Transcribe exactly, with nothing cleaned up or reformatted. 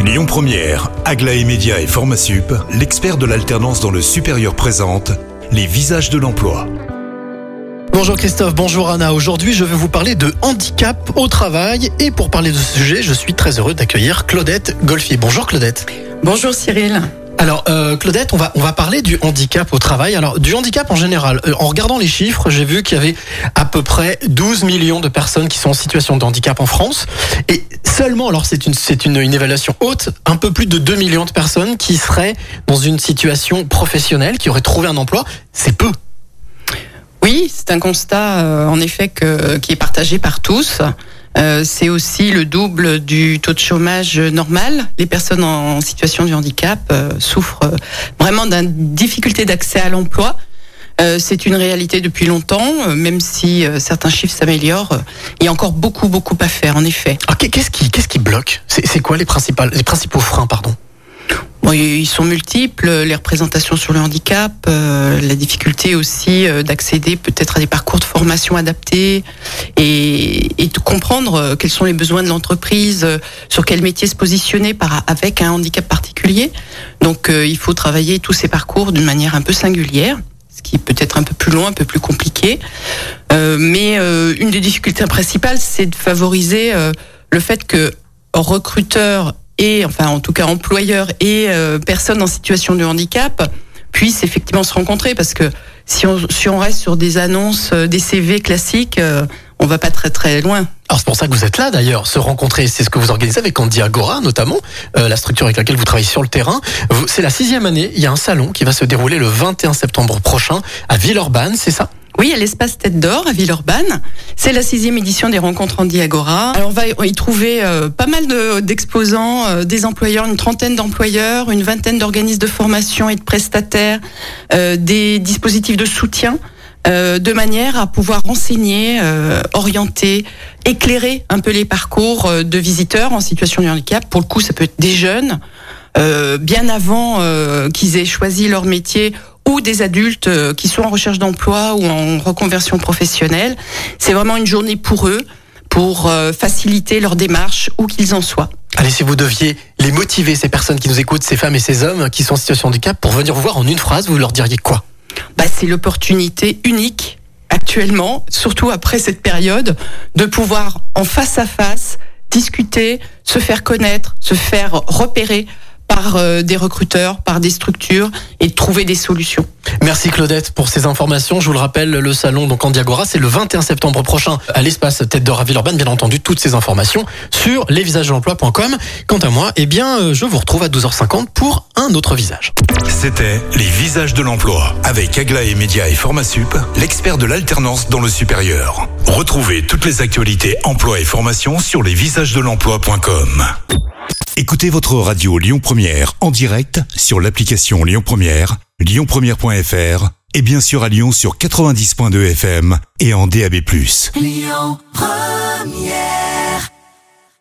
Lyon Première, Aglaé Média et Formasup, l'expert de l'alternance dans le supérieur présente les visages de l'emploi. Bonjour Christophe, bonjour Anna. Aujourd'hui, je vais vous parler de handicap au travail. Et pour parler de ce sujet, je suis très heureux d'accueillir Claudette Golfier. Bonjour Claudette. Bonjour Cyril. Alors euh, Claudette, on va on va parler du handicap au travail. Alors du handicap en général. Euh, en regardant les chiffres, j'ai vu qu'il y avait à peu près douze millions de personnes qui sont en situation de handicap en France. Et seulement, alors c'est une c'est une, une évaluation haute, un peu plus de deux millions de personnes qui seraient dans une situation professionnelle, qui auraient trouvé un emploi. C'est peu. Oui, c'est un constat euh, en effet que, qui est partagé par tous. Euh, c'est aussi le double du taux de chômage normal. Les personnes en situation de handicap euh, souffrent vraiment d'une difficulté d'accès à l'emploi. Euh, c'est une réalité depuis longtemps, euh, même si euh, certains chiffres s'améliorent. Euh, il y a encore beaucoup, beaucoup à faire, en effet. Alors, qu'est-ce qui, qu'est-ce qui bloque ? C'est, c'est quoi les principales, les principaux freins, pardon ? Bon, ils sont multiples, les représentations sur le handicap, euh, la difficulté aussi euh, d'accéder peut-être à des parcours de formation adaptés et, et de comprendre euh, quels sont les besoins de l'entreprise, euh, sur quel métier se positionner par, avec un handicap particulier. Donc euh, il faut travailler tous ces parcours d'une manière un peu singulière, ce qui est peut-être un peu plus long, un peu plus compliqué. Euh, mais euh, une des difficultés principales, c'est de favoriser euh, le fait que recruteurs et enfin en tout cas employeurs et euh, personnes en situation de handicap puissent effectivement se rencontrer, parce que si on si on reste sur des annonces, euh, des C V classiques, euh, on va pas très très loin. Alors c'est pour ça que vous êtes là d'ailleurs, se rencontrer, c'est ce que vous organisez avec Andy Agora notamment, euh, la structure avec laquelle vous travaillez sur le terrain. Vous, c'est la sixième année, il y a un salon qui va se dérouler le vingt et un septembre prochain à Villeurbanne, c'est ça ? Oui, à l'espace Tête d'Or à Villeurbanne. C'est la sixième édition des rencontres Andy Agora. Alors on va y trouver euh, pas mal de, d'exposants, euh, des employeurs, une trentaine d'employeurs, une vingtaine d'organismes de formation et de prestataires, euh, des dispositifs de soutien, euh, de manière à pouvoir renseigner, euh, orienter, éclairer un peu les parcours de visiteurs en situation de handicap. Pour le coup, ça peut être des jeunes, euh, bien avant euh, qu'ils aient choisi leur métier, ou des adultes qui sont en recherche d'emploi ou en reconversion professionnelle. C'est vraiment une journée pour eux, pour faciliter leur démarche où qu'ils en soient. Allez, si vous deviez les motiver, ces personnes qui nous écoutent, ces femmes et ces hommes qui sont en situation de handicap, pour venir vous voir en une phrase, vous leur diriez quoi ? Bah, c'est l'opportunité unique actuellement, surtout après cette période, de pouvoir en face à face discuter, se faire connaître, se faire repérer par euh, des recruteurs, par des structures, et de trouver des solutions. Merci Claudette pour ces informations. Je vous le rappelle, le salon donc Andy Agora, c'est le vingt et un septembre prochain à l'espace Tête d'Or à Villeurbanne. Bien entendu, toutes ces informations sur lesvisages de l'emploi point com. Quant à moi, eh bien, je vous retrouve à douze heures cinquante pour un autre visage. C'était les visages de l'emploi avec Aglaé Média et Formasup, l'expert de l'alternance dans le supérieur. Retrouvez toutes les actualités emploi et formation sur lesvisages de l'emploi point com. Écoutez votre radio Lyon Première en direct sur l'application Lyon Première, lyon première point f r et bien sûr à Lyon sur quatre-vingt-dix point deux F M et en D A B plus. Lyon Première.